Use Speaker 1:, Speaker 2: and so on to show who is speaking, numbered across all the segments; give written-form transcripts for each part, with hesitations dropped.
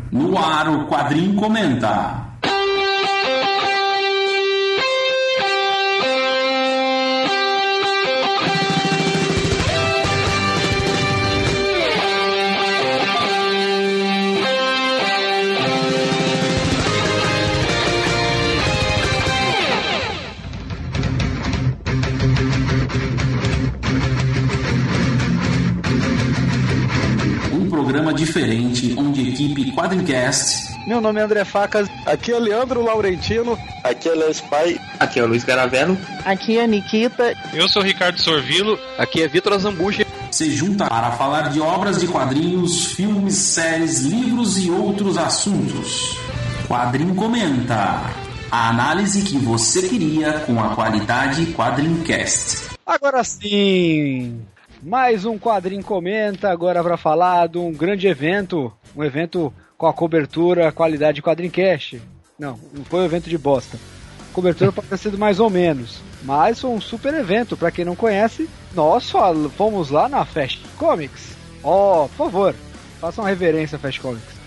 Speaker 1: No ar, o Quadrinho Comenta. Programa diferente, onde equipe Quadrincast.
Speaker 2: Meu nome é André Facas. Aqui é Leandro Laurentino.
Speaker 3: Aqui é Léo Spy.
Speaker 4: Aqui é o Luiz Garavello.
Speaker 5: Aqui é a Nikita.
Speaker 6: Eu sou o Ricardo Sorvilo.
Speaker 7: Aqui é Vitor Azambuja.
Speaker 1: Se junta para falar de obras de quadrinhos, filmes, séries, livros e outros assuntos. Quadrinho Comenta. A análise que você queria com a qualidade Quadrincast.
Speaker 2: Agora sim, mais um Quadrinho Comenta, agora para falar de um grande evento, um evento com a cobertura, a qualidade Quadrincast. Não foi um evento de bosta. A cobertura pode ter sido mais ou menos, mas foi um super evento. Para quem não conhece, nós fomos lá na Fast Comics. Por favor, faça uma reverência à Fast Comics.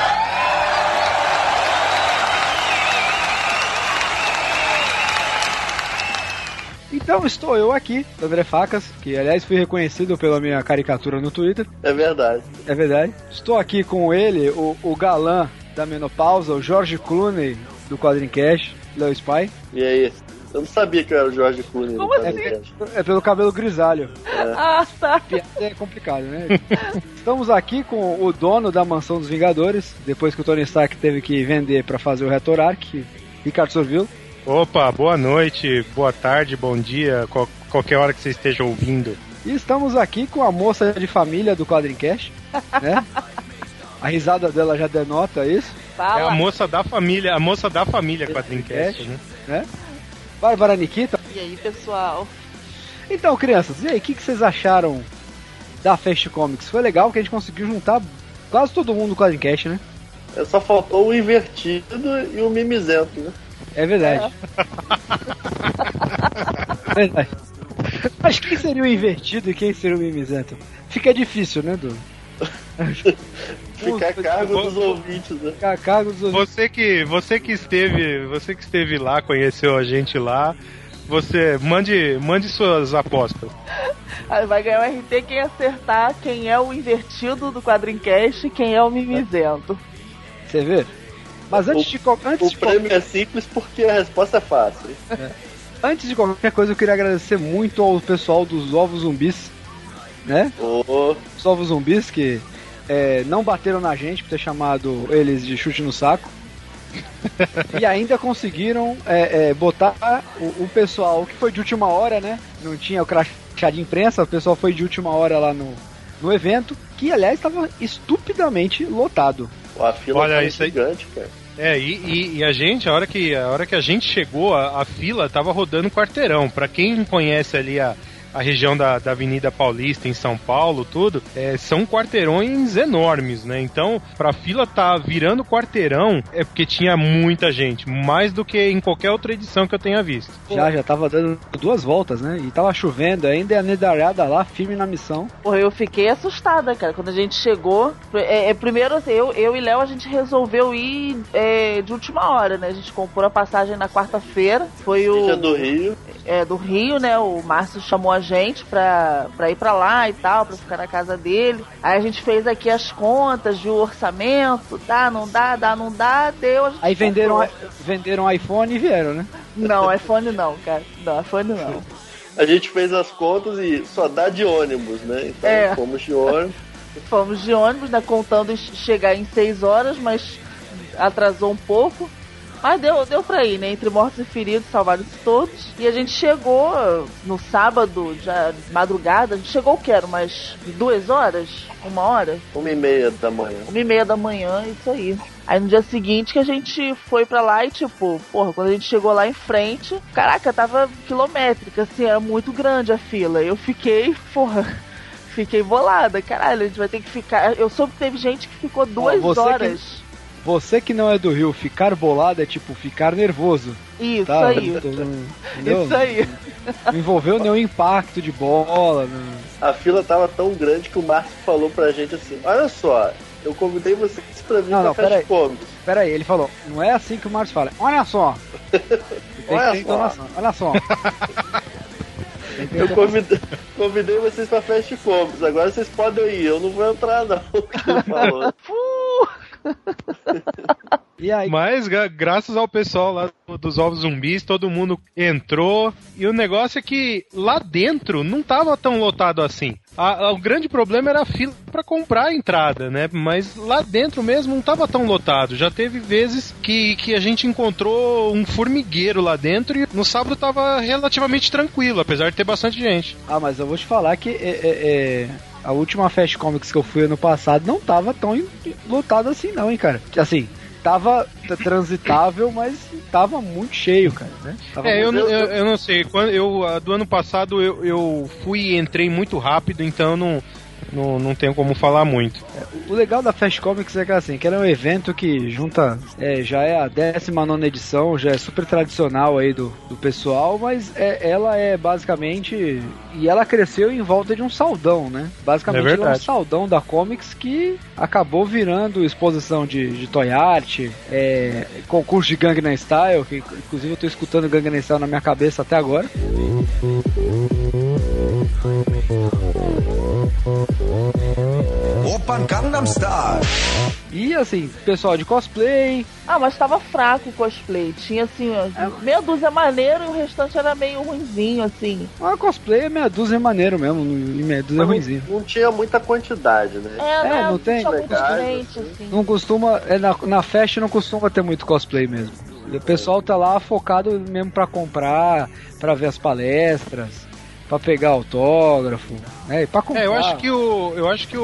Speaker 2: Então estou eu aqui, André Facas, que aliás fui reconhecido pela minha caricatura no Twitter.
Speaker 3: É verdade.
Speaker 2: É verdade. Estou aqui com ele, o galã da menopausa, o George Clooney do Quadrincast, Léo Spy.
Speaker 3: E aí? Eu não sabia que eu era o George Clooney.
Speaker 5: Como assim?
Speaker 2: É pelo cabelo grisalho.
Speaker 5: Ah, tá.
Speaker 2: Piada é complicado, né? Estamos aqui com o dono da Mansão dos Vingadores, depois que o Tony Stark teve que vender para fazer o Retor Arc, Ricardo Sorvilo.
Speaker 6: Opa, boa noite, boa tarde, bom dia, qualquer hora que você esteja ouvindo.
Speaker 2: E estamos aqui com a moça de família do Quadrincast, né? A risada dela já denota isso.
Speaker 6: Fala. É a moça da família Quadrincast,
Speaker 2: né? Bárbara Nikita.
Speaker 5: E aí, pessoal?
Speaker 2: Então, crianças, e aí, o que vocês acharam da Fast Comics? Foi legal que a gente conseguiu juntar quase todo mundo do Quadrincast, né?
Speaker 3: Só faltou o invertido e o mimizento, né?
Speaker 2: É verdade. Verdade. Mas quem seria o invertido e quem seria o mimizento? Fica difícil, né, Du?
Speaker 3: Fica a cargo dos ouvintes, né?
Speaker 2: Fica a cargo dos ouvintes.
Speaker 6: Você que esteve lá, conheceu a gente lá, você mande suas apostas.
Speaker 5: Vai ganhar o RT quem acertar quem é o invertido do Quadrincast e quem é o mimizento.
Speaker 2: Você vê? Mas
Speaker 3: o prêmio é simples porque a resposta é fácil.
Speaker 2: Antes de qualquer coisa, eu queria agradecer muito ao pessoal dos Ovos Zumbis, né? Os Ovos Zumbis que não bateram na gente por ter chamado eles de chute no saco. E ainda conseguiram botar o pessoal que foi de última hora, né? Não tinha o crachá de imprensa, o pessoal foi de última hora lá no evento, que aliás estava estupidamente lotado.
Speaker 3: A fila foi gigante, cara.
Speaker 6: E a gente, a hora que a gente chegou, a fila tava rodando quarteirão. Pra quem conhece ali a região da Avenida Paulista em São Paulo, tudo, são quarteirões enormes, né? Então, pra fila tá virando quarteirão, é porque tinha muita gente, mais do que em qualquer outra edição que eu tenha visto.
Speaker 2: Já tava dando 2 voltas, né? E tava chovendo ainda, e a nedarada lá, firme na missão.
Speaker 5: Porra, eu fiquei assustada, cara, quando a gente chegou. Primeiro, assim, eu e Léo, a gente resolveu ir de última hora, né? A gente comprou a passagem na quarta-feira, foi o...
Speaker 3: do Rio.
Speaker 5: Do Rio, né? O Márcio chamou a gente pra ir pra lá e tal, pra ficar na casa dele. Aí a gente fez aqui as contas de orçamento, não dá, deu.
Speaker 2: Aí venderam iPhone e vieram, né?
Speaker 5: Não, iPhone não, cara. Não, iPhone não.
Speaker 3: A gente fez as contas e só dá de ônibus, né? Então fomos de ônibus.
Speaker 5: Fomos de ônibus, né? Contando chegar em 6 horas, mas atrasou um pouco. Mas deu pra ir, né? Entre mortos e feridos, salvaram todos. E a gente chegou no sábado, já de madrugada. A gente chegou, umas 2 horas? 1 hora?
Speaker 3: 1h30 da manhã.
Speaker 5: 1h30 da manhã, isso aí. Aí no dia seguinte que a gente foi pra lá e quando a gente chegou lá em frente, caraca, tava quilométrica, assim, era muito grande a fila. Eu fiquei bolada, caralho, a gente vai ter que ficar... Eu soube que teve gente que ficou 2 horas...
Speaker 2: Você que não é do Rio, ficar bolado é tipo ficar nervoso.
Speaker 5: Isso, tá? Aí. Isso aí.
Speaker 2: Não envolveu nenhum impacto de bola.
Speaker 3: A fila tava tão grande que o Márcio falou pra gente assim: olha só, Eu convidei vocês pra vir pra Fast Comics.
Speaker 2: Pera aí, ele falou, não é assim que o Márcio fala. Olha só. Olha só.
Speaker 3: Eu convidei vocês pra Fast Comics. Agora vocês podem ir. Eu não vou entrar, não.
Speaker 6: E aí? Mas graças ao pessoal lá dos Ovos Zumbis, todo mundo entrou. E o negócio é que lá dentro não tava tão lotado assim. O grande problema era a fila pra comprar a entrada, né? Mas lá dentro mesmo não tava tão lotado. Já teve vezes que a gente encontrou um formigueiro lá dentro e no sábado tava relativamente tranquilo, apesar de ter bastante gente.
Speaker 2: Ah, mas eu vou te falar que a última Fast Comics que eu fui ano passado não tava tão lotado assim não, hein, cara. Assim, tava transitável, mas tava muito cheio, cara, né?
Speaker 6: Eu não sei. Do ano passado eu fui e entrei muito rápido, então não tenho como falar muito.
Speaker 2: O legal da Fast Comics é que assim, que ela é um evento que junta, já é a 19ª edição, já é super tradicional aí do pessoal, mas ela é basicamente, e ela cresceu em volta de um saldão, né? Basicamente ela é um saldão da Comics que acabou virando exposição de toy art, concurso de Gangnam Style, que inclusive eu tô escutando Gangnam Style na minha cabeça até agora.
Speaker 4: Open Gangnam Style.
Speaker 2: E assim, pessoal de cosplay.
Speaker 5: Ah, mas tava fraco o cosplay. Tinha assim, meia dúzia maneiro e o restante era meio ruinzinho, assim.
Speaker 2: Cosplay é meia dúzia maneiro mesmo, e meia dúzia é ruinzinho.
Speaker 3: Não tinha muita quantidade, né?
Speaker 2: Não tem.
Speaker 5: Tinha muita gente, assim.
Speaker 2: Não costuma, na Fest não costuma ter muito cosplay mesmo. O pessoal tá lá focado mesmo pra comprar, pra ver as palestras, pra pegar autógrafo, né? E pra comprar.
Speaker 6: Eu acho que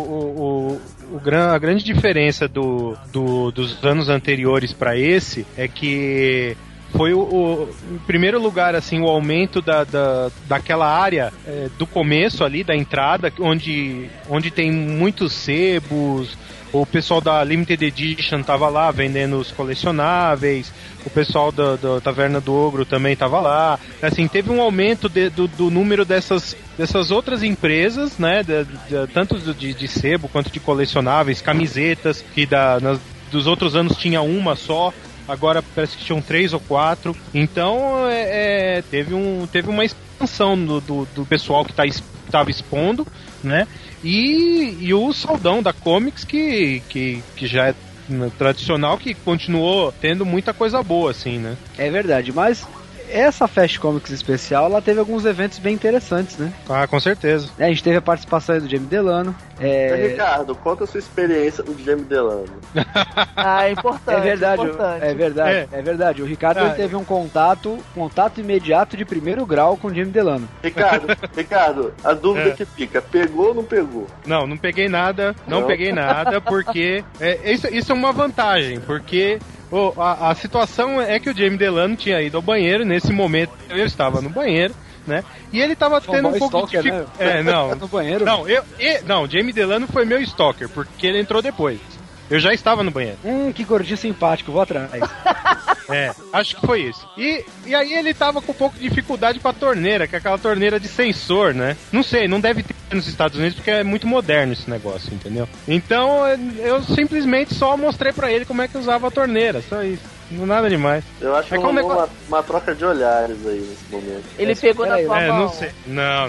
Speaker 6: a grande diferença dos anos anteriores pra esse é que foi em primeiro lugar assim, o aumento daquela área do começo ali, da entrada, onde tem muitos sebos. O pessoal da Limited Edition tava lá vendendo os colecionáveis. O pessoal da Taverna do Ogro também tava lá. Assim, teve um aumento do número dessas outras empresas, né? Tanto de sebo quanto de colecionáveis, camisetas, que dos outros anos tinha uma só. Agora parece que tinham 3 ou 4. Então teve uma expansão do pessoal que estava expondo, né? E o saldão da Comics que já é tradicional, que continuou tendo muita coisa boa, assim, né?
Speaker 2: É verdade, mas essa Fast Comics especial, ela teve alguns eventos bem interessantes, né?
Speaker 6: Ah, com certeza.
Speaker 2: A gente teve a participação aí do Jamie Delano.
Speaker 3: Ricardo, conta a sua experiência com o Jamie Delano.
Speaker 5: É importante.
Speaker 2: É verdade,
Speaker 5: importante.
Speaker 2: É verdade. O Ricardo ele teve um contato imediato de primeiro grau com o Jamie Delano.
Speaker 3: Ricardo, a dúvida que fica, pegou ou não pegou?
Speaker 6: Não peguei nada, peguei nada, porque isso é uma vantagem, porque a situação é que o Jamie Delano tinha ido ao banheiro, nesse momento eu estava no banheiro, né? E ele tava tendo um pouco de dificuldade.
Speaker 2: Né? No banheiro.
Speaker 6: Não, Jamie Delano foi meu stalker, porque ele entrou depois. Eu já estava no banheiro.
Speaker 2: Que gordinho simpático, vou atrás.
Speaker 6: Acho que foi isso. E aí ele tava com um pouco de dificuldade com a torneira, que é aquela torneira de sensor, né? Não sei, não deve ter nos Estados Unidos, porque é muito moderno esse negócio, entendeu? Então eu simplesmente só mostrei pra ele como é que usava a torneira, só isso. Não nada demais.
Speaker 3: Eu acho que rolou uma troca de olhares aí nesse momento.
Speaker 5: Ele pegou na sua mão.
Speaker 6: Não sei. Não.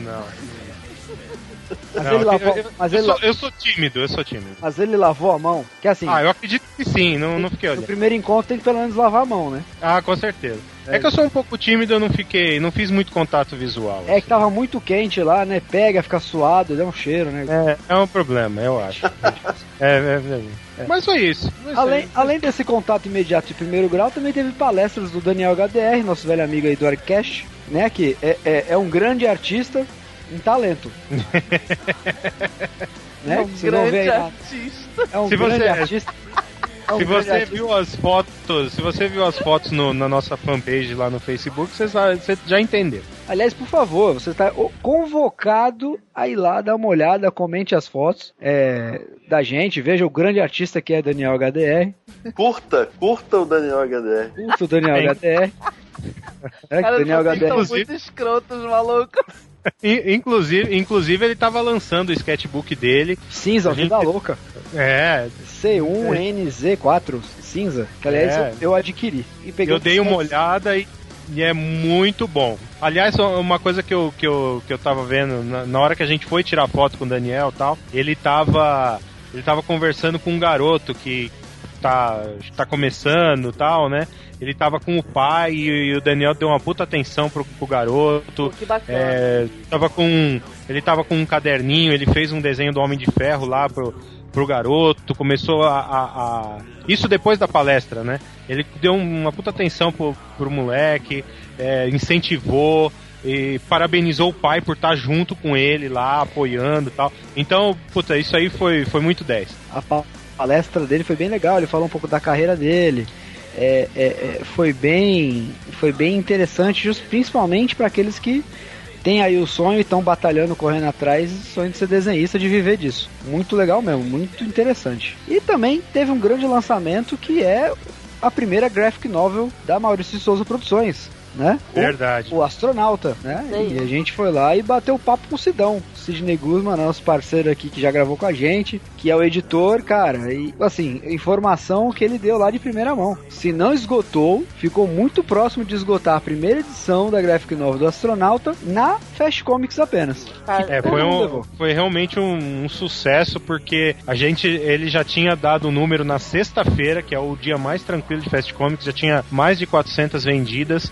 Speaker 6: Eu sou tímido.
Speaker 2: Mas ele lavou a mão? Que assim.
Speaker 6: Eu acredito que sim, não fiquei olhando.
Speaker 2: No primeiro encontro tem que pelo menos lavar a mão, né?
Speaker 6: Ah, com certeza. É que eu sou um pouco tímido, eu não fiz muito contato visual.
Speaker 2: É que tava muito quente lá, né? Pega, fica suado, dá um cheiro, né?
Speaker 6: É um problema, eu acho. Mas foi isso.
Speaker 2: Além desse contato imediato de primeiro grau, também teve palestras do Daniel HDR, nosso velho amigo aí do Arcast, né? Que é um grande artista, um talento. Né?
Speaker 5: Um grande artista.
Speaker 2: É um grande artista.
Speaker 6: Se você viu as fotos na nossa fanpage lá no Facebook, você já entendeu.
Speaker 2: Aliás, por favor, você está convocado a ir lá dar uma olhada, comente as fotos da gente, veja o grande artista que é Daniel HDR.
Speaker 3: Curta o Daniel HDR.
Speaker 2: Curta o Daniel HDR.
Speaker 5: Cara, Daniel HDR. São muito escrotos, maluco.
Speaker 6: Inclusive ele tava lançando o sketchbook dele.
Speaker 2: Cinza, Vida Louca.
Speaker 6: É.
Speaker 2: C1NZ4, cinza. Que aliás eu adquiri. E peguei
Speaker 6: eu dei uma olhada e é muito bom. Aliás, uma coisa que eu tava vendo, na hora que a gente foi tirar foto com o Daniel e tal, ele tava conversando com um garoto que tá começando e tal, né? Ele tava com o pai e o Daniel deu uma puta atenção pro garoto.
Speaker 5: Que bacana.
Speaker 6: Ele tava com um caderninho, ele fez um desenho do Homem de Ferro lá pro garoto, começou a... Isso depois da palestra, né? Ele deu uma puta atenção pro moleque, incentivou e parabenizou o pai por estar junto com ele lá, apoiando e tal. Então, puta, isso aí foi muito 10.
Speaker 2: A palestra dele foi bem legal, ele falou um pouco da carreira dele. Foi bem interessante, principalmente para aqueles que têm aí o sonho e estão batalhando, correndo atrás, sonho de ser desenhista, de viver disso. Muito legal mesmo, muito interessante. E também teve um grande lançamento que é a primeira graphic novel da Maurício de Souza Produções, né?
Speaker 6: Verdade.
Speaker 2: O Astronauta, né? E a gente foi lá e bateu papo com o Sidão. Sidney Guzman, nosso parceiro aqui que já gravou com a gente, que é o editor, cara, e assim, informação que ele deu lá de primeira mão. Se não esgotou, ficou muito próximo de esgotar a primeira edição da graphic novel do Astronauta na Fast Comics apenas.
Speaker 6: Foi realmente um sucesso, porque ele já tinha dado o número na sexta-feira, que é o dia mais tranquilo de Fast Comics, já tinha mais de 400 vendidas.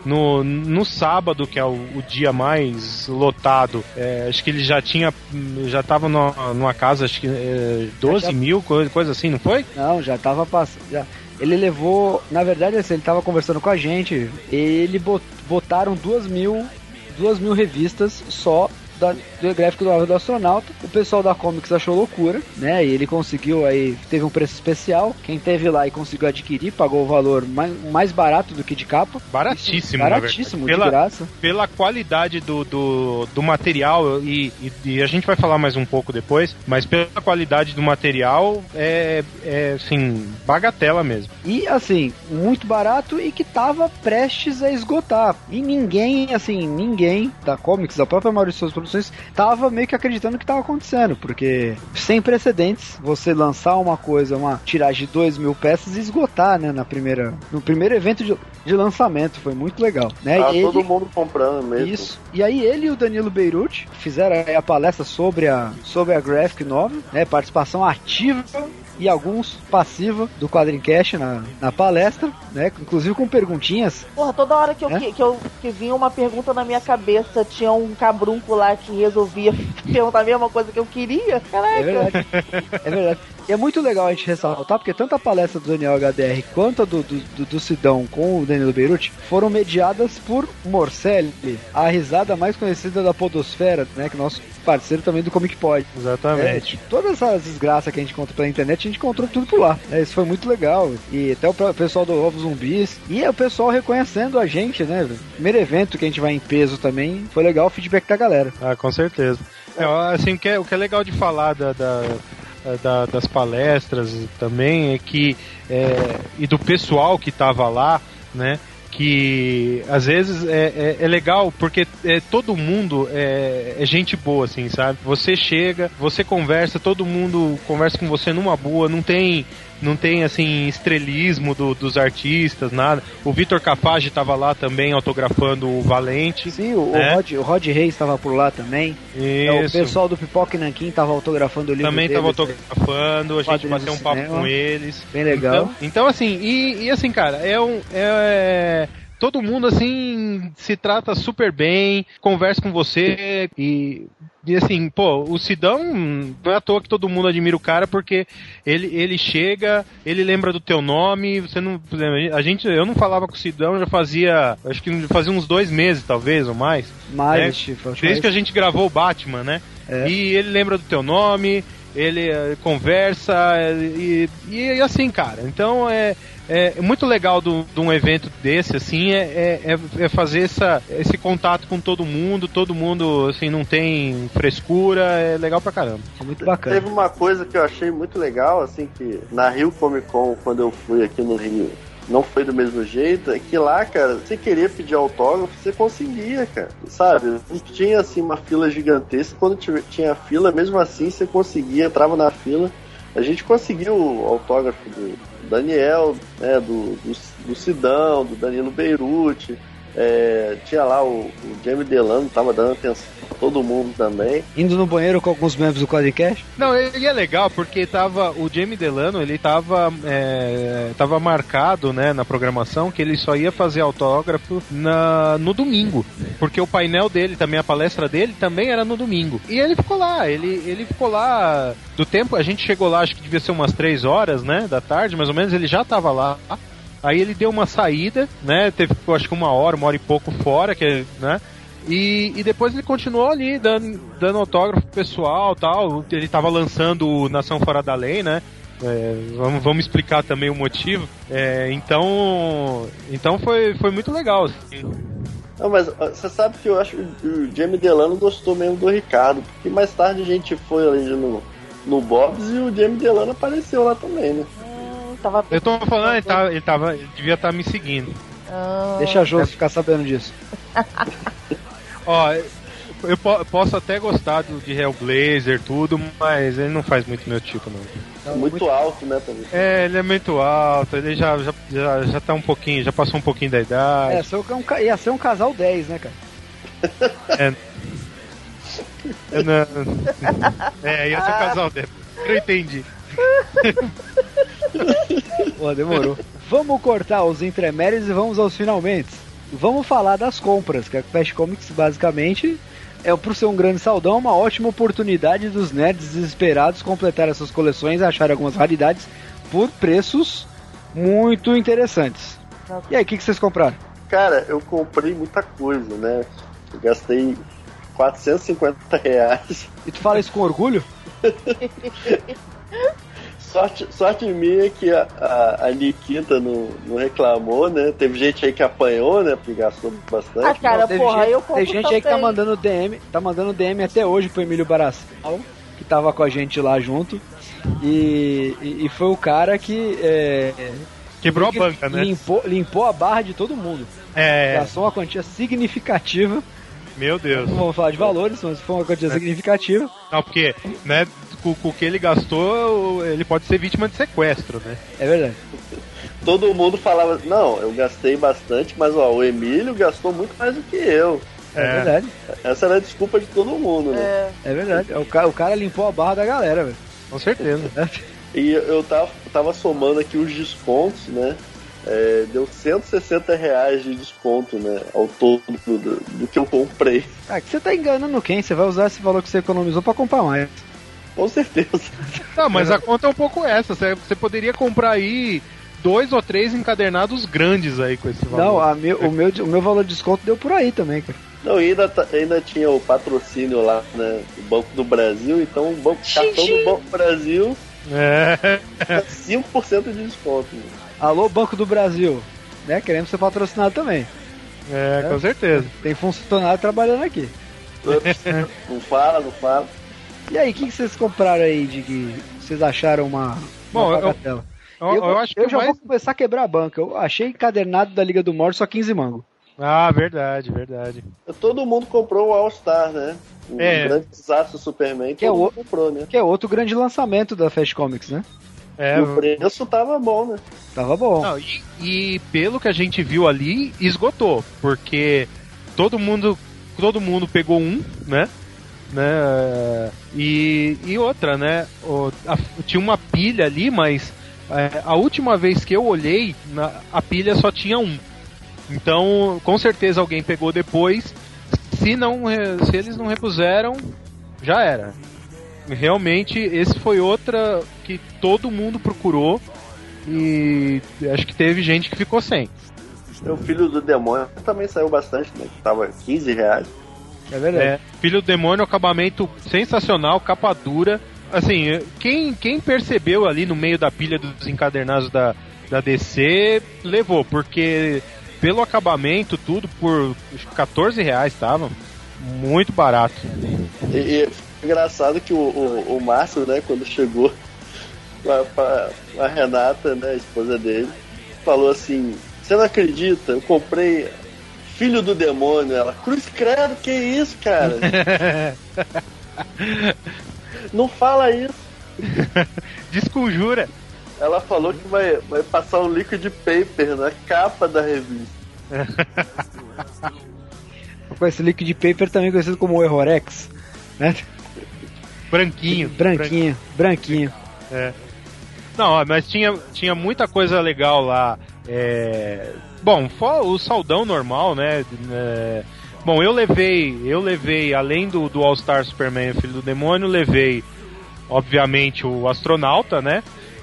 Speaker 6: No sábado, que é o dia mais lotado, acho que ele já tava numa casa, acho que 12 mil, coisa assim, não foi?
Speaker 2: Não, já tava passando. Ele levou, na verdade, assim, ele tava conversando com a gente, ele botaram 2 mil revistas só do gráfico do Astronauta. O pessoal da Comics achou loucura, né? E ele conseguiu aí, teve um preço especial. Quem teve lá e conseguiu adquirir, pagou o valor mais barato do que de capa.
Speaker 6: Baratíssimo,
Speaker 2: baratíssimo, de graça.
Speaker 6: Pela qualidade do material, e a gente vai falar mais um pouco depois, mas pela qualidade do material, assim, bagatela mesmo.
Speaker 2: E, assim, muito barato e que tava prestes a esgotar. E ninguém da Comics, da própria Maurício Souza Produções, tava meio que acreditando que tava acontecendo, porque sem precedentes, você lançar uma tiragem de 2 mil peças e esgotar, né, no primeiro evento de lançamento, foi muito legal, né?
Speaker 3: Todo mundo comprando mesmo.
Speaker 2: Isso. E aí ele e o Danilo Beirute fizeram a palestra sobre a graphic novel, né, participação ativa e alguns passiva do Quadrincast na palestra, né? Inclusive com perguntinhas.
Speaker 5: Porra, toda hora que vinha uma pergunta na minha cabeça, tinha um cabrunco lá que resolvia perguntar a mesma coisa que eu queria. Caraca.
Speaker 2: É verdade. E é muito legal a gente ressaltar, porque tanto a palestra do Daniel HDR quanto a do Sidão com o Danilo Beirute foram mediadas por Morcelli, a risada mais conhecida da podosfera, né? Que é nosso parceiro também do Comic Pod.
Speaker 6: Exatamente.
Speaker 2: Todas essas desgraças que a gente encontra pela internet, a gente encontrou tudo por lá. Isso foi muito legal. E até o pessoal do Ovos Zumbis. E o pessoal reconhecendo a gente, né? Primeiro evento que a gente vai em peso também. Foi legal o feedback da galera.
Speaker 6: Ah, com certeza. Assim, o que é legal de falar das palestras também é que e do pessoal que tava lá, né, que às vezes é legal porque todo mundo é gente boa, assim, sabe? Você chega, você conversa, todo mundo conversa com você numa boa, não tem assim, estrelismo dos artistas, nada. O Vitor Capage estava lá também autografando o Valente.
Speaker 2: Sim, o Rod Reis estava por lá também.
Speaker 6: Isso.
Speaker 2: O pessoal do Pipoca e Nanquim estava autografando o livro
Speaker 6: também
Speaker 2: deles.
Speaker 6: Também estava autografando, a gente bateu um papo com eles.
Speaker 2: Bem legal.
Speaker 6: Então assim, e assim, cara, todo mundo, assim, se trata super bem, conversa com você e assim, pô, o Sidão não é à toa que todo mundo admira o cara, porque ele chega, ele lembra do teu nome, você não... Eu não falava com o Sidão, acho que fazia uns 2 meses, talvez, ou mais. Desde que a gente gravou o Batman, né? E ele lembra do teu nome, ele conversa, e assim, cara, então é muito legal de um evento desse, assim, fazer esse contato com todo mundo, assim, não tem frescura, é legal pra caramba.
Speaker 2: É muito bacana.
Speaker 3: Teve uma coisa que eu achei muito legal, assim, que na Rio Comic Con, quando eu fui aqui no Rio não foi do mesmo jeito, é que lá, cara, você queria pedir autógrafo, você conseguia, cara, sabe? Não tinha, assim, uma fila gigantesca. Quando tinha fila, mesmo assim, você conseguia, entrava na fila. A gente conseguiu o autógrafo do Daniel, né, do Sidão, do Danilo Beirute. Tinha lá o Jamie Delano, tava dando atenção a todo mundo também.
Speaker 2: Indo no banheiro com alguns membros do Quadcast?
Speaker 6: Não, ele é legal porque o Jamie Delano, ele tava marcado, né, na programação que ele só ia fazer autógrafo no domingo, porque o painel dele também, a palestra dele também era no domingo. E ele ficou lá, ele ficou lá do tempo, a gente chegou lá, acho que devia ser umas 3 horas, né, da tarde, mais ou menos, ele já tava lá. Aí ele deu uma saída, né? Teve, acho que 1 hora e pouco fora, né? E depois ele continuou ali dando autógrafo pro pessoal, tal. Ele tava lançando o Nação Fora da Lei, né? Vamos explicar também o motivo. Então foi muito legal, assim.
Speaker 3: Não, mas você sabe que eu acho que o Jamie Delano gostou mesmo do Ricardo, porque mais tarde a gente foi ali no Bob's e o Jamie Delano apareceu lá também, né?
Speaker 6: Eu tô falando, ele devia estar me seguindo.
Speaker 2: Deixa a Josi ficar sabendo disso.
Speaker 6: Ó, eu posso até gostar de Hellblazer, tudo, mas ele não faz muito meu tipo, não.
Speaker 3: É muito alto, né, também.
Speaker 6: Ele é muito alto, ele já tá um pouquinho, já passou um pouquinho da idade.
Speaker 2: Ia ser um casal 10, né, cara?
Speaker 6: Ia ser um casal 10. Eu entendi.
Speaker 2: Pô, demorou. Vamos cortar os intermédios e vamos aos finalmente. Vamos falar das compras, que a Fast Comics basicamente por ser um grande saldão, uma ótima oportunidade dos nerds desesperados completar essas coleções e achar algumas raridades por preços muito interessantes. E aí, o que vocês compraram?
Speaker 3: Cara, eu comprei muita coisa, né? Eu gastei R$450.
Speaker 2: E tu fala isso com orgulho?
Speaker 3: Sorte minha que a Nikita não reclamou, né? Teve gente aí que apanhou, né? Porque gastou bastante.
Speaker 5: Cara, eu compro.
Speaker 2: Tem gente
Speaker 5: também.
Speaker 2: aí que tá mandando DM até hoje pro Emílio Barassal, que tava com a gente lá junto. E foi o cara que
Speaker 6: quebrou a banca, né?
Speaker 2: Limpou a barra de todo mundo. Gastou uma quantia significativa.
Speaker 6: Meu Deus.
Speaker 2: Não vamos falar de valores, mas foi uma quantia significativa.
Speaker 6: Não, porque, né, com o que ele gastou, ele pode ser vítima de sequestro, né?
Speaker 2: É verdade.
Speaker 3: Todo mundo falava, não, eu gastei bastante, mas o Emílio gastou muito mais do que eu.
Speaker 2: É verdade.
Speaker 3: Essa era a desculpa de todo mundo, né?
Speaker 2: É verdade. O cara limpou a barra da galera, velho.
Speaker 6: Com certeza.
Speaker 3: E eu tava somando aqui os descontos, né? Deu R$160 de desconto, né? Ao todo do que eu comprei.
Speaker 2: Que você tá enganando quem? Você vai usar esse valor que você economizou pra comprar mais.
Speaker 3: Com certeza.
Speaker 6: Não, mas a conta é um pouco essa. Você poderia comprar aí 2 ou 3 encadernados grandes aí com esse valor.
Speaker 2: Não, o meu valor de desconto deu por aí também, cara.
Speaker 3: Não, ainda tinha o patrocínio lá, né? Do Banco do Brasil, então o cartão do Banco do Brasil 5% de desconto. Né?
Speaker 2: Alô, Banco do Brasil, né? Queremos ser patrocinado também.
Speaker 6: Com certeza.
Speaker 2: Tem funcionário trabalhando aqui.
Speaker 3: Não fala.
Speaker 2: E aí, o que vocês compraram aí de que vocês acharam uma bagatela?
Speaker 6: Eu acho que
Speaker 2: eu já vou começar a quebrar a banca. Eu achei encadernado da Liga do Morte só 15 mangos.
Speaker 6: Ah, verdade.
Speaker 3: Todo mundo comprou o All Star, né? O grande desastre do Superman que comprou, né?
Speaker 2: Que é outro grande lançamento da Fast Comics, né?
Speaker 3: E o preço tava bom, né?
Speaker 2: Tava bom.
Speaker 6: Não, e pelo que a gente viu ali, esgotou. Porque todo mundo pegou um, né? E outra, né? Tinha uma pilha ali, mas a última vez que eu olhei, a pilha só tinha um. Então, com certeza alguém pegou depois. Se eles não repuseram, já era. Realmente, esse foi outra que todo mundo procurou e acho que teve gente que ficou sem.
Speaker 3: O Filho do Demônio também saiu bastante, né? Tava R$15.
Speaker 2: É verdade.
Speaker 6: Filho do Demônio, acabamento sensacional, capa dura. Assim, quem percebeu ali no meio da pilha dos encadernados da DC, levou, porque pelo acabamento, tudo por R$14 tava muito barato.
Speaker 3: E engraçado que o Márcio, né, quando chegou com a Renata, né, a esposa dele, falou assim, você não acredita, eu comprei Filho do Demônio. Ela, cruz credo, que isso, cara? Não fala isso.
Speaker 6: Desconjura.
Speaker 3: Ela falou que vai passar um liquid paper na capa da revista.
Speaker 2: Com esse liquid paper também conhecido como Errorex, né? Branquinho.
Speaker 6: É. Não, mas tinha muita coisa legal lá. Bom, o saldão normal, né? Bom, eu levei além do All Star Superman, Filho do Demônio, levei obviamente o Astronauta, né?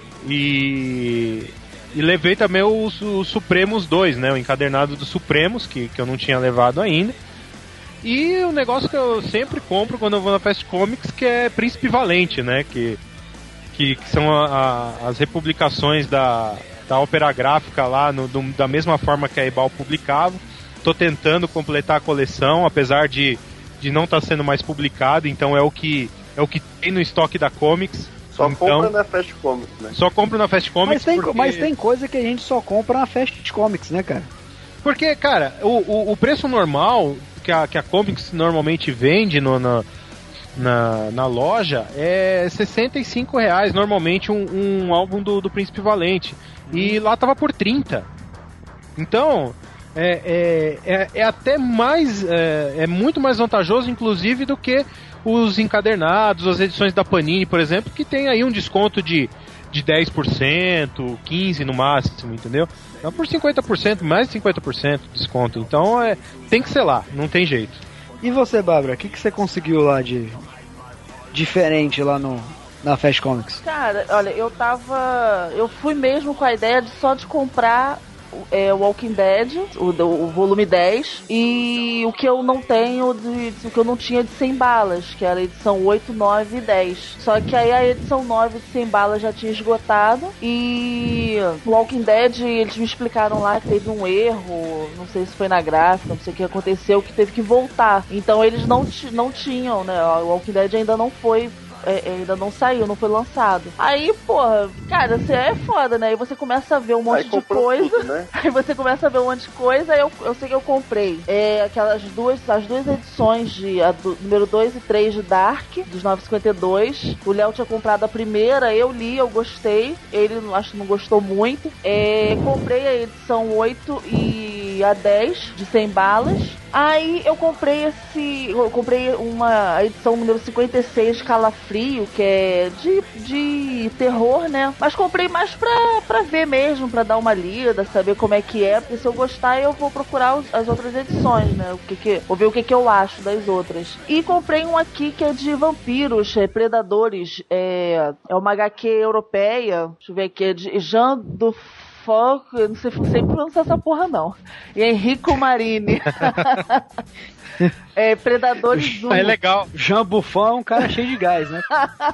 Speaker 6: E levei também o Supremos 2, né? O encadernado dos Supremos, que eu não tinha levado ainda. E o negócio que eu sempre compro quando eu vou na Fast Comics, que é Príncipe Valente, né? Que são as republicações da ópera gráfica lá, da mesma forma que a Ebal publicava. Tô tentando completar a coleção, apesar de não estar sendo mais publicado, então é o que tem no estoque da Comics.
Speaker 3: Só compra na Fast Comics, né?
Speaker 6: Só compro na Fast Comics.
Speaker 2: Mas tem coisa que a gente só compra na Fast Comics, né, cara?
Speaker 6: Porque, cara, o preço normal que a Comics normalmente vende na loja é R$65, normalmente um álbum do Príncipe Valente. E lá tava por 30. Então, é até mais... É muito mais vantajoso, inclusive, do que os encadernados, as edições da Panini, por exemplo, que tem aí um desconto de 10%, 15% no máximo, entendeu? Então por 50%, mais de 50% de desconto. Então tem que ser lá, não tem jeito.
Speaker 2: E você, Bárbara, o que você conseguiu lá de diferente lá na Fast Comics?
Speaker 5: Cara, olha, eu fui mesmo com a ideia de comprar o Walking Dead, o volume 10, e o que eu não tenho, o que eu não tinha de 100 balas, que era a edição 8, 9 e 10. Só que aí a edição 9 de 100 balas já tinha esgotado, e o Walking Dead, eles me explicaram lá que teve um erro, não sei se foi na gráfica, não sei o que aconteceu, que teve que voltar. Então eles não tinham, né, o Walking Dead ainda não foi... ainda não saiu, não foi lançado. Aí, porra, cara, você é foda, né? Aí você começa a ver um monte de coisa. Tudo, né? Aí você começa a ver um monte de coisa. Aí eu sei que eu comprei as duas edições do número 2 e 3 de Dark, dos 952. O Léo tinha comprado a primeira, eu li, eu gostei. Ele acho que não gostou muito. Comprei a edição 8 e a 10 de 100 balas. Aí eu comprei a edição número 56 Calafrio, que é de terror, né? Mas comprei mais pra ver mesmo, pra dar uma lida, saber como é que é, porque se eu gostar eu vou procurar as outras edições, né? Vou ver o que eu acho das outras. E comprei um aqui que é de vampiros, predadores, é uma HQ europeia, deixa eu ver aqui, é de Jean do Foco, eu não sei pronunciar essa porra não. E Enrico Marini. Predadores do...
Speaker 6: É legal.
Speaker 2: Jean Buffon é um cara cheio de gás, né?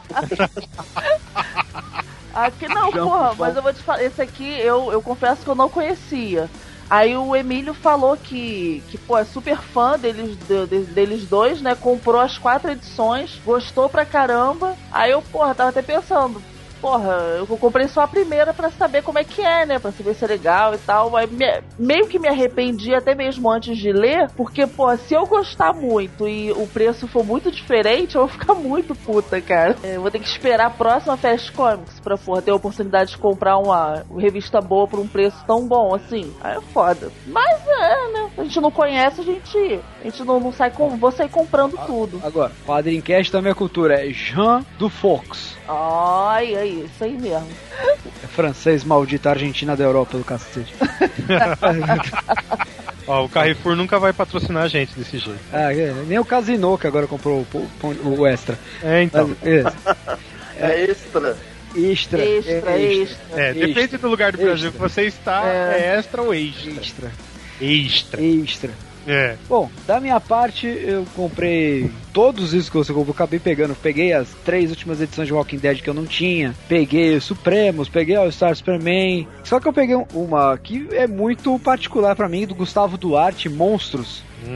Speaker 5: Aqui não, Jean porra, Buffon. Mas eu vou te falar, esse aqui eu confesso que eu não conhecia. Aí o Emílio falou que pô, é super fã deles dois, né? Comprou as 4 edições, gostou pra caramba. Aí eu, porra, tava até pensando... Porra, eu comprei só a primeira pra saber como é que é, né? Pra saber se é legal e tal. Mas meio que me arrependi até mesmo antes de ler, porque, porra, se eu gostar muito e o preço for muito diferente, eu vou ficar muito puta, cara. Eu vou ter que esperar a próxima Fast Comics pra, porra, ter a oportunidade de comprar uma revista boa por um preço tão bom assim. Aí é foda. Mas né? A gente não conhece, a gente não sai vou sair comprando tudo.
Speaker 2: Agora, Quadrincast da minha cultura é Jean do Fox.
Speaker 5: Ai, isso aí mesmo.
Speaker 2: É francês maldito, Argentina da Europa do cacete.
Speaker 6: Ó, o Carrefour nunca vai patrocinar a gente desse jeito.
Speaker 2: Nem o Casino, que agora comprou o Extra.
Speaker 6: Então.
Speaker 3: Extra.
Speaker 6: Depende do lugar do Brasil que você está, extra ou extra.
Speaker 2: Extra. Bom, da minha parte, eu comprei todos isso que você comprou, acabei pegando. Peguei as 3 últimas edições de Walking Dead que eu não tinha. Peguei Supremos, peguei All Star Superman. Só que eu peguei uma que é muito particular pra mim, do Gustavo Duarte, Monstros.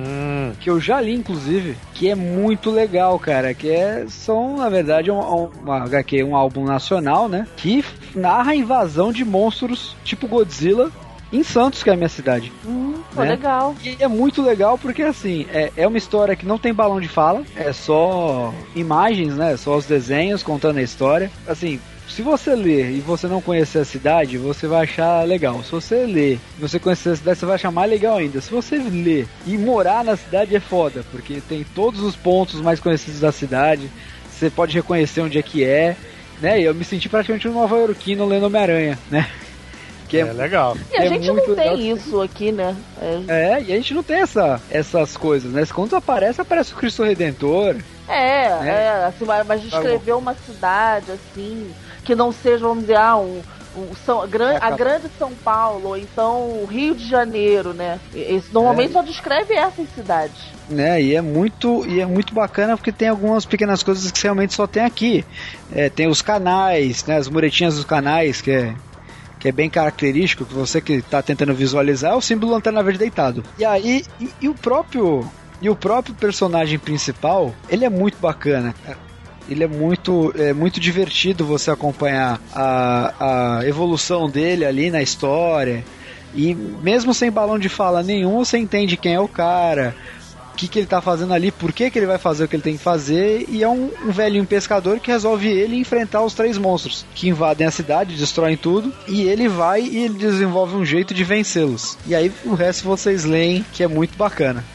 Speaker 2: que eu já li, inclusive, que é muito legal, cara, são, na verdade, uma HQ, um álbum nacional, né, que narra a invasão de monstros tipo Godzilla em Santos, que é a minha cidade.
Speaker 5: Né? Legal.
Speaker 2: E é muito legal porque, assim, é uma história que não tem balão de fala, é só imagens, né, só os desenhos contando a história. Assim, se você ler e você não conhecer a cidade, você vai achar legal. Se você ler e você conhecer a cidade, você vai achar mais legal ainda. Se você ler e morar na cidade, é foda, porque tem todos os pontos mais conhecidos da cidade, você pode reconhecer onde é que é, né? E eu me senti praticamente um nova-iorquino lendo Homem-Aranha, né? Que
Speaker 6: é legal.
Speaker 5: E a gente não tem isso aqui, né?
Speaker 2: E a gente não tem essas coisas, né? Quando aparece o Cristo Redentor.
Speaker 5: Assim, mas descrever uma cidade, assim, que não seja, vamos dizer, a grande São Paulo, ou então o Rio de Janeiro, né? Isso normalmente só descreve essas cidades.
Speaker 2: Né, e é muito bacana porque tem algumas pequenas coisas que realmente só tem aqui. Tem os canais, né? As muretinhas dos canais, que é bem característico, que você que está tentando visualizar, é o símbolo do Lanterna Verde deitado. E aí, e o próprio personagem principal, ele é muito bacana, cara. Ele é muito divertido você acompanhar a evolução dele ali na história. E mesmo sem balão de fala nenhum, você entende quem é o cara, o que ele tá fazendo ali, por que ele vai fazer o que ele tem que fazer, e é um velhinho pescador que resolve ele enfrentar os 3 monstros que invadem a cidade, destroem tudo, e ele vai e ele desenvolve um jeito de vencê-los. E aí o resto vocês leem, que é muito bacana.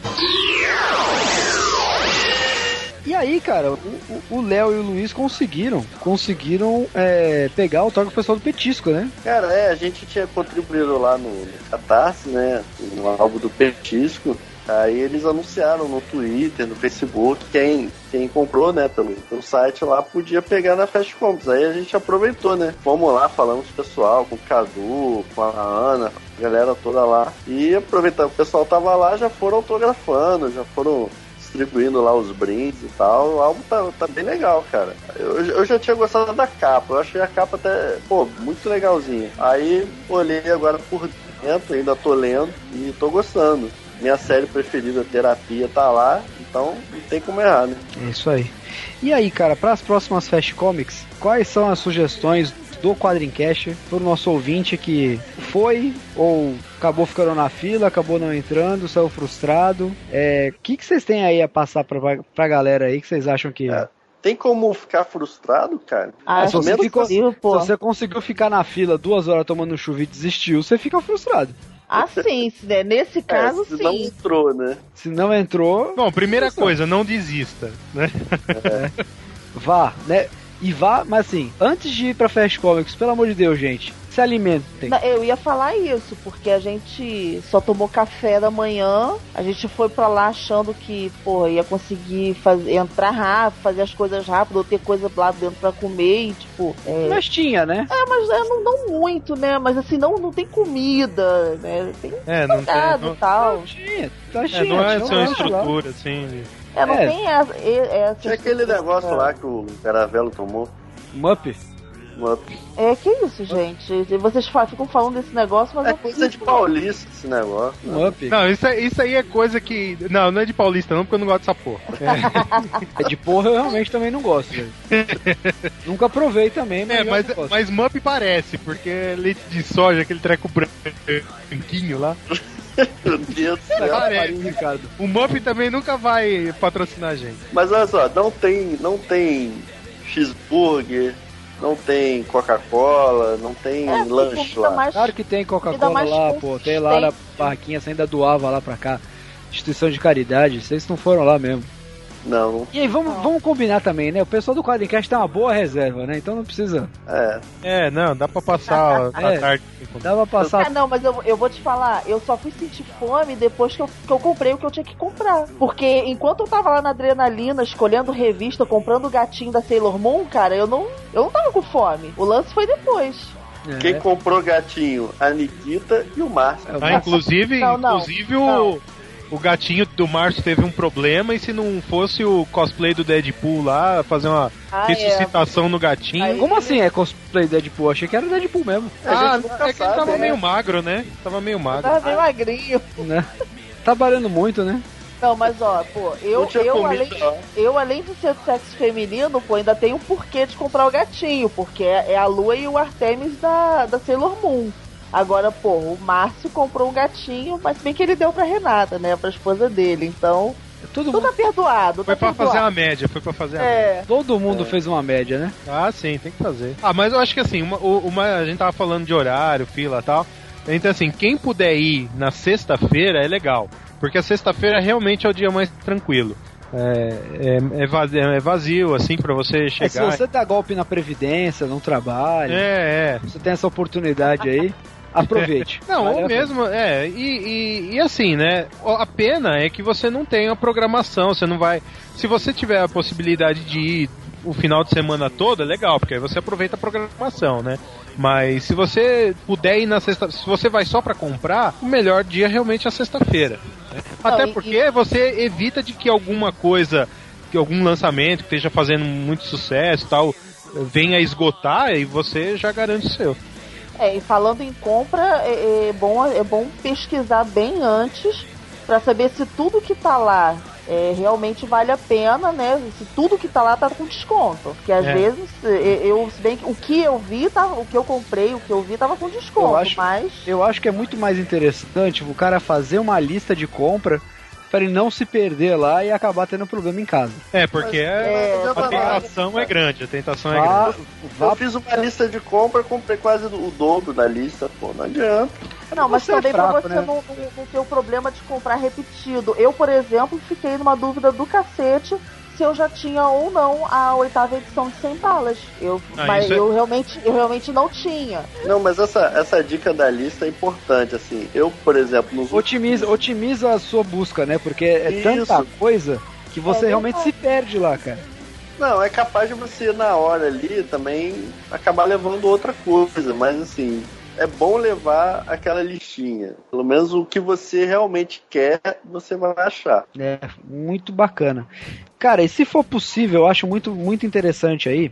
Speaker 2: E aí, cara, o Léo e o Luiz conseguiram pegar o autógrafo pessoal do Petisco, né?
Speaker 3: Cara, a gente tinha contribuído lá no Catarse, né, no álbum do Petisco. Aí eles anunciaram no Twitter, no Facebook, quem comprou, né, pelo site lá, podia pegar na Fast Comics. Aí a gente aproveitou, né? Fomos lá, falamos com o pessoal, com o Cadu, com a Ana, a galera toda lá. E aproveitando, o pessoal tava lá, já foram autografando, já foram distribuindo lá os brindes e tal. O álbum tá bem legal, cara. Eu já tinha gostado da capa, eu achei a capa até, muito legalzinha. Aí olhei agora por dentro, ainda tô lendo e tô gostando. Minha série preferida, Terapia, tá lá, então não tem como errar, né?
Speaker 2: É isso aí. E aí, cara, para as próximas Fast Comics, quais são as sugestões do Quadrincast pro nosso ouvinte que foi ou acabou ficando na fila, acabou não entrando, saiu frustrado? O que vocês têm aí a passar pra galera aí que vocês acham que...
Speaker 3: Tem como ficar frustrado, cara?
Speaker 2: Se você conseguiu ficar na fila 2 horas tomando chuva e desistiu, você fica frustrado.
Speaker 5: Sim, né? Nesse caso,
Speaker 3: se não entrou, né?
Speaker 2: Se não entrou...
Speaker 6: Bom, primeira coisa, não desista, né?
Speaker 2: Vá, né? E vá, mas assim, antes de ir pra Fast Comics, pelo amor de Deus, gente, se alimentem.
Speaker 5: Eu ia falar isso, porque a gente só tomou café da manhã, a gente foi pra lá achando que, ia conseguir entrar rápido, fazer as coisas rápido, ou ter coisa lá dentro pra comer, e tipo...
Speaker 2: Mas tinha, né?
Speaker 5: Mas não muito, né? Mas assim, não tem comida, né? Tem
Speaker 6: não tem,
Speaker 5: e tal.
Speaker 2: Não tinha.
Speaker 6: Não é só estrutura, assim...
Speaker 5: Não tem essa...
Speaker 3: Tinha aquele negócio lá que o Caravelo tomou.
Speaker 2: Mup.
Speaker 5: Que isso, gente? Vocês ficam falando desse negócio, mas...
Speaker 3: É coisa de paulista esse negócio.
Speaker 2: Mup.
Speaker 6: Não, isso aí é coisa que... Não é de paulista não, porque eu não gosto dessa porra.
Speaker 2: De porra eu realmente também não gosto, velho. Nunca provei também,
Speaker 6: mas Mup parece, porque é leite de soja, aquele treco branquinho lá.
Speaker 3: Meu Deus do céu.
Speaker 6: O Mup também nunca vai patrocinar a gente.
Speaker 3: Mas olha só, não tem cheeseburger, não tem Coca-Cola, não tem lanche lá.
Speaker 2: Claro que tem Coca-Cola lá, tem lá na barraquinha, você ainda doava lá pra cá. Instituição de caridade, vocês não foram lá mesmo.
Speaker 3: Não.
Speaker 2: E aí, vamos combinar também, né? O pessoal do Quadrincast tem uma boa reserva, né? Então não precisa...
Speaker 6: Não, dá pra passar a tarde.
Speaker 2: Dá pra passar...
Speaker 5: Não, mas eu vou te falar, eu só fui sentir fome depois que eu comprei o que eu tinha que comprar. Porque enquanto eu tava lá na adrenalina, escolhendo revista, comprando o gatinho da Sailor Moon, cara, eu não tava com fome. O lance foi depois.
Speaker 3: Quem comprou gatinho? A Nikita e o Márcio.
Speaker 6: Inclusive o gatinho do Márcio teve um problema, e se não fosse o cosplay do Deadpool lá, fazer uma ressuscitação no gatinho...
Speaker 2: Como assim é cosplay do Deadpool? Achei que era o Deadpool mesmo.
Speaker 6: Que ele tava meio magro, né? Tava meio magro.
Speaker 5: Tava meio magrinho.
Speaker 2: Né? Trabalhando muito, né?
Speaker 5: Não, mas ó, pô, eu além de ser sexo feminino, pô, ainda tenho o porquê de comprar o gatinho, porque é a Lua e o Artemis da Sailor Moon. Agora, pô, o Márcio comprou um gatinho, mas bem que ele deu pra Renata, né, pra esposa dele, então... Tudo tá perdoado.
Speaker 6: Foi pra fazer a média, média.
Speaker 2: Todo mundo fez uma média, né?
Speaker 6: Ah, sim, tem que fazer. Ah, mas eu acho que assim, a gente tava falando de horário, fila e tal, então assim, quem puder ir na sexta-feira é legal. Porque a sexta-feira realmente é o dia mais tranquilo. É vazio, assim, pra você chegar.
Speaker 2: Se você dá golpe na Previdência, no trabalho, você tem essa oportunidade aí, aproveite.
Speaker 6: Não, ou mesmo, e assim, né, a pena é que você não tem a programação, você não vai... Se você tiver a possibilidade de ir o final de semana todo, é legal, porque aí você aproveita a programação, né? Mas se você puder ir na sexta, se você vai só pra comprar, o melhor dia realmente é a sexta-feira. Até porque você evita de que alguma coisa, que algum lançamento que esteja fazendo muito sucesso e tal, venha a esgotar e você já garante o seu.
Speaker 5: E falando em compra, é bom pesquisar bem antes pra saber se tudo que tá lá realmente vale a pena, né? Se tudo que tá lá tá com desconto. Porque às vezes, se bem que o que eu vi, o que eu comprei, o que eu vi tava com desconto,
Speaker 2: eu acho que é muito mais interessante o cara fazer uma lista de compra para ele não se perder lá e acabar tendo problema em casa.
Speaker 6: Porque a tentação é grande,
Speaker 3: Eu fiz uma lista de compra, comprei quase o dobro da lista, pô, não adianta.
Speaker 5: Não, mas também pra você não ter o problema de comprar repetido. Eu, por exemplo, fiquei numa dúvida do cacete se eu já tinha ou não a 8ª edição de 100 balas. Eu realmente não tinha.
Speaker 3: Não, mas essa dica da lista é importante, assim. Eu, por exemplo...
Speaker 2: Otimiza a sua busca, né? Porque é tanta coisa que você realmente se perde lá, cara.
Speaker 3: Não, é capaz de você, na hora ali, também acabar levando outra coisa, mas assim... É bom levar aquela listinha. Pelo menos o que você realmente quer, você vai achar.
Speaker 2: Muito bacana. Cara, e se for possível, eu acho muito, muito interessante aí,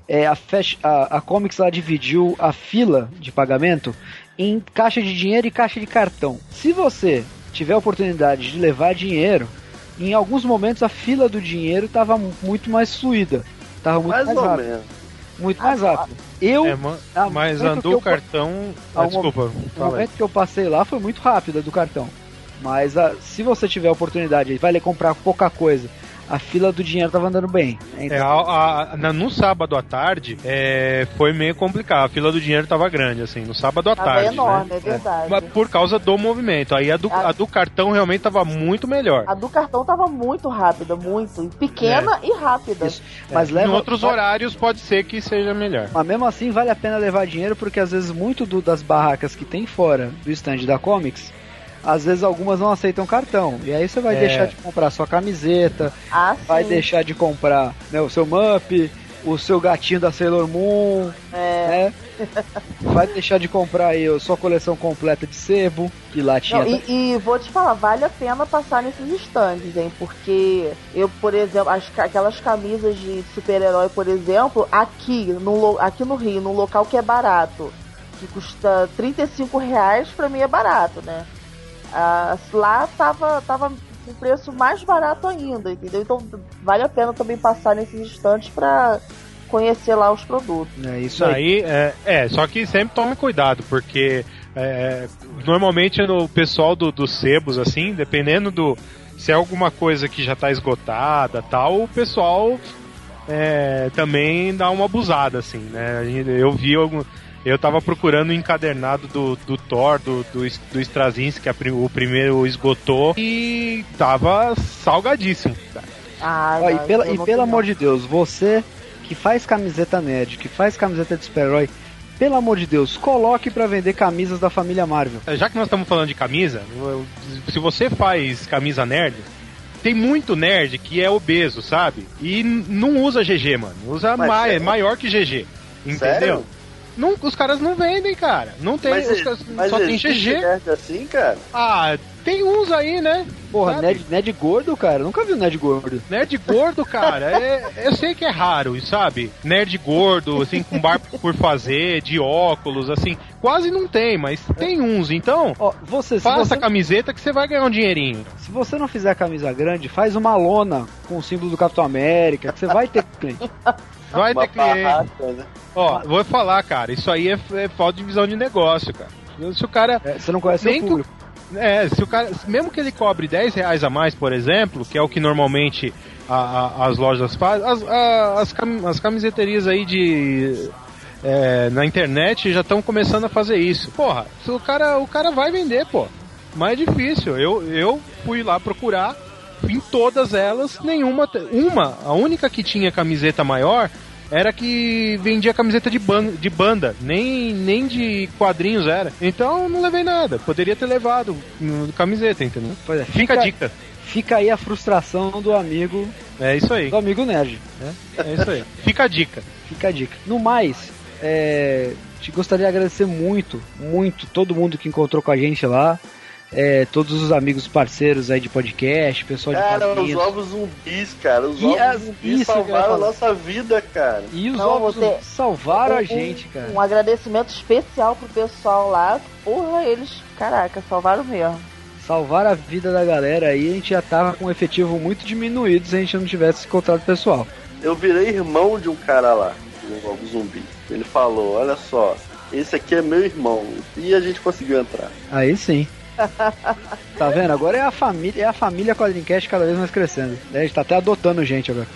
Speaker 2: a Comics lá dividiu a fila de pagamento em caixa de dinheiro e caixa de cartão. Se você tiver a oportunidade de levar dinheiro, em alguns momentos a fila do dinheiro estava muito mais fluida. Estava muito mais rápido. Muito mais rápido.
Speaker 6: Mas andou o cartão... desculpa.
Speaker 2: O momento que eu passei lá foi muito rápido do cartão. Mas se você tiver a oportunidade, vai comprar pouca coisa, a fila do dinheiro tava andando bem.
Speaker 6: No sábado à tarde, foi meio complicado. A fila do dinheiro tava grande, assim, no sábado à tarde.
Speaker 5: Enorme,
Speaker 6: né?
Speaker 5: É verdade.
Speaker 6: Mas por causa do movimento. Aí a do cartão realmente tava muito melhor.
Speaker 5: A do cartão tava muito rápida, muito. Pequena e rápida. Isso.
Speaker 2: Mas
Speaker 6: em outros horários pode ser que seja melhor.
Speaker 2: Mas mesmo assim vale a pena levar dinheiro, porque às vezes muito das barracas que tem fora do stand da Comics, às vezes algumas não aceitam cartão. E aí você vai deixar de comprar sua camiseta, vai deixar de comprar, né, o seu Mup, o seu gatinho da Sailor Moon, né? Vai deixar de comprar aí a sua coleção completa de sebo, que lá tinha...
Speaker 5: E vou te falar, vale a pena passar nesses estandes, hein? Porque eu, por exemplo, aquelas camisas de super-herói, por exemplo, aqui no Rio, num local que é barato, que custa R$35, pra mim é barato, né? Lá tava um preço mais barato ainda, entendeu? Então vale a pena também passar nesses estantes pra conhecer lá os produtos.
Speaker 2: É isso aí.
Speaker 6: Só que sempre tome cuidado, porque normalmente no pessoal dos sebos, assim, dependendo se é alguma coisa que já tá esgotada, tal, o pessoal também dá uma abusada, assim, né? Eu vi eu tava procurando o encadernado do Thor, do Straczynski, que o primeiro esgotou, e tava salgadíssimo, cara.
Speaker 2: E pelo amor de Deus, você que faz camiseta nerd, que faz camiseta de super-herói, pelo amor de Deus, coloque pra vender camisas da família Marvel.
Speaker 6: Já que nós estamos falando de camisa, se você faz camisa nerd, tem muito nerd que é obeso, sabe? E não usa GG, mano. Usa maior que GG. Entendeu?
Speaker 3: Sério?
Speaker 6: Não, os caras não vendem, cara. Não tem.
Speaker 3: Mas
Speaker 6: só tem GG.
Speaker 3: Nerd assim, cara?
Speaker 6: Tem uns aí, né?
Speaker 2: Porra, nerd gordo, cara? Nunca vi nerd gordo.
Speaker 6: Nerd gordo, cara, eu sei que é raro, sabe? Nerd gordo, assim, com barba por fazer, de óculos, assim. quase não tem, mas tem uns. Então, faça a camiseta que você vai ganhar um dinheirinho.
Speaker 2: Se você não fizer a camisa grande, faz uma lona com o símbolo do Capitão América, que você vai ter cliente.
Speaker 6: Vai ter cliente. Né? Ó, vou falar, cara, isso aí é falta de visão de negócio, cara. Se o cara...
Speaker 2: você não conhece o público.
Speaker 6: Se o cara... Mesmo que ele cobre R$10 a mais, por exemplo, que é o que normalmente as lojas fazem, as camiseterias aí na internet já estão começando a fazer isso. Porra, o cara vai vender, pô. Mas é difícil. Eu fui lá procurar, em todas elas, a única que tinha camiseta maior era que vendia camiseta de banda, nem de quadrinhos era. Então não levei nada. Poderia ter levado camiseta, entendeu?
Speaker 2: Pois é,
Speaker 6: fica a dica.
Speaker 2: Fica aí a frustração do amigo.
Speaker 6: É isso aí.
Speaker 2: Do amigo nerd.
Speaker 6: É isso aí. Fica a dica.
Speaker 2: Fica a dica. No mais, te gostaria de agradecer muito todo mundo que encontrou com a gente lá. Todos os amigos parceiros aí de podcast, pessoal de
Speaker 3: quadrinhos. Cara, os ovos zumbis, cara. Os ovos zumbis salvaram a nossa vida, cara.
Speaker 2: E os ovos zumbis salvaram a gente, cara.
Speaker 5: Um agradecimento especial pro pessoal lá. Porra, eles, caraca, salvaram mesmo.
Speaker 2: Salvaram a vida da galera aí. A gente já tava com um efetivo muito diminuído se a gente não tivesse encontrado o pessoal.
Speaker 3: Eu virei irmão de um cara lá, no ovo zumbi. Ele falou, olha só, esse aqui é meu irmão. E a gente conseguiu entrar.
Speaker 2: Aí sim. Tá vendo? Agora é a família Quadrincast cada vez mais crescendo. A gente tá até adotando gente agora.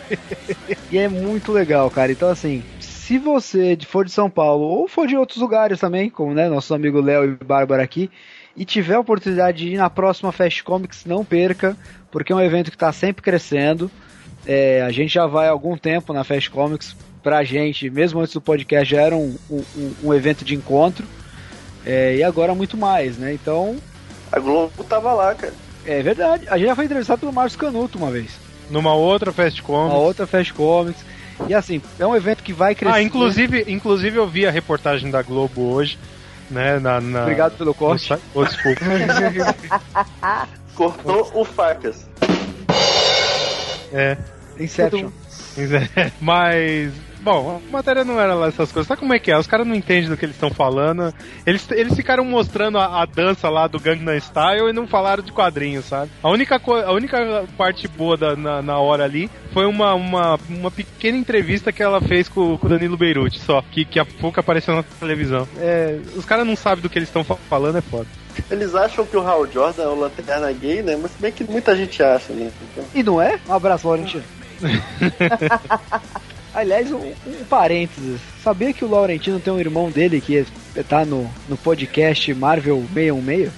Speaker 2: E é muito legal, cara. Então, assim, se você for de São Paulo ou for de outros lugares também, como nossos amigos Léo e Bárbara aqui, e tiver a oportunidade de ir na próxima Fast Comics, não perca, porque é um evento que tá sempre crescendo. A gente já vai há algum tempo na Fast Comics. Pra gente, mesmo antes do podcast, já era um evento de encontro. E agora muito mais, né? Então...
Speaker 3: A Globo tava lá, cara.
Speaker 2: É verdade. A gente já foi entrevistado pelo Márcio Canuto uma vez.
Speaker 6: Numa outra Fast Comics.
Speaker 2: Uma outra Fast Comics. E assim, é um evento que vai crescer.
Speaker 6: Inclusive eu vi a reportagem da Globo hoje, né?
Speaker 2: Obrigado pelo corte.
Speaker 6: Desculpa.
Speaker 3: Cortou o facas.
Speaker 2: Inception.
Speaker 6: Mas... Bom, a matéria não era lá essas coisas. Sabe como é que é? Os caras não entendem do que eles estão falando. Eles ficaram mostrando a dança lá do Gangnam Style e não falaram de quadrinhos, sabe? A única parte boa na hora ali foi uma pequena entrevista que ela fez com o Danilo Beirute, só. Que a pouco apareceu na televisão. Os caras não sabem do que eles estão falando, é foda.
Speaker 3: Eles acham que o Hal Jordan é o Lanterna gay, né? Mas bem que muita gente acha, né? Então...
Speaker 2: E não é? Um abraço, Laurentino. Aliás, um parênteses. Sabia que o Laurentino tem um irmão dele que tá no podcast Marvel 616?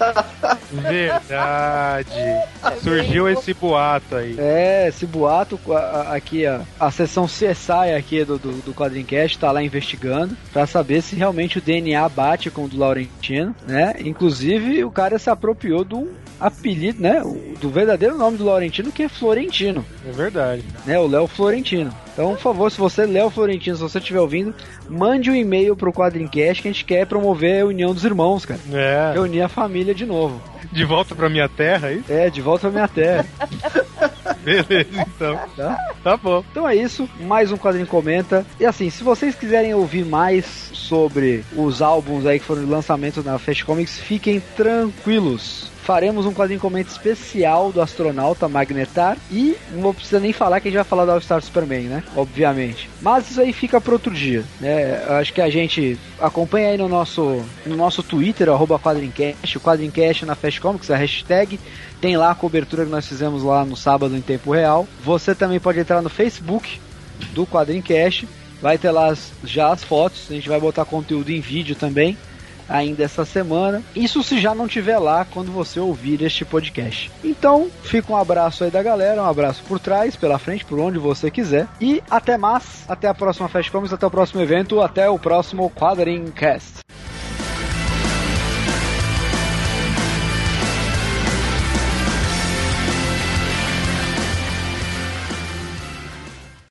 Speaker 6: Verdade. Surgiu esse boato aí.
Speaker 2: Esse boato aqui, a seção CSI aqui do Quadrincast tá lá investigando pra saber se realmente o DNA bate com o do Laurentino, né? Inclusive, o cara se apropriou do apelido, né? Do verdadeiro nome do Laurentino, que é Florentino.
Speaker 6: É verdade.
Speaker 2: Né? O Léo Florentino. Então, por favor, se você, Léo Florentino, se você estiver ouvindo, mande um e-mail pro Quadrincast que a gente quer promover a união dos irmãos, cara. Reunir a família de novo.
Speaker 6: De volta pra minha terra, é isso?
Speaker 2: De volta pra minha terra.
Speaker 6: Beleza, então. Tá bom.
Speaker 2: Então é isso, mais um Quadrinho Comenta. E assim, se vocês quiserem ouvir mais sobre os álbuns aí que foram de lançamento na Fast Comics, fiquem tranquilos. Faremos um Quadrinho Comenta especial do astronauta Magnetar. E não precisa nem falar que a gente vai falar do All-Star Superman, né? Obviamente. Mas isso aí fica para outro dia, né? Acho que a gente acompanha aí no nosso Twitter, @Quadrincast, o Quadrincast na Fast Comics, a hashtag. Tem lá a cobertura que nós fizemos lá no sábado em tempo real. Você também pode entrar no Facebook do Quadrincast. Vai ter lá já as fotos. A gente vai botar conteúdo em vídeo também ainda essa semana. Isso se já não tiver lá quando você ouvir este podcast. Então, fica um abraço aí da galera, um abraço por trás, pela frente, por onde você quiser. E até mais, até a próxima Fast Comics, até o próximo evento, até o próximo Quadrincast.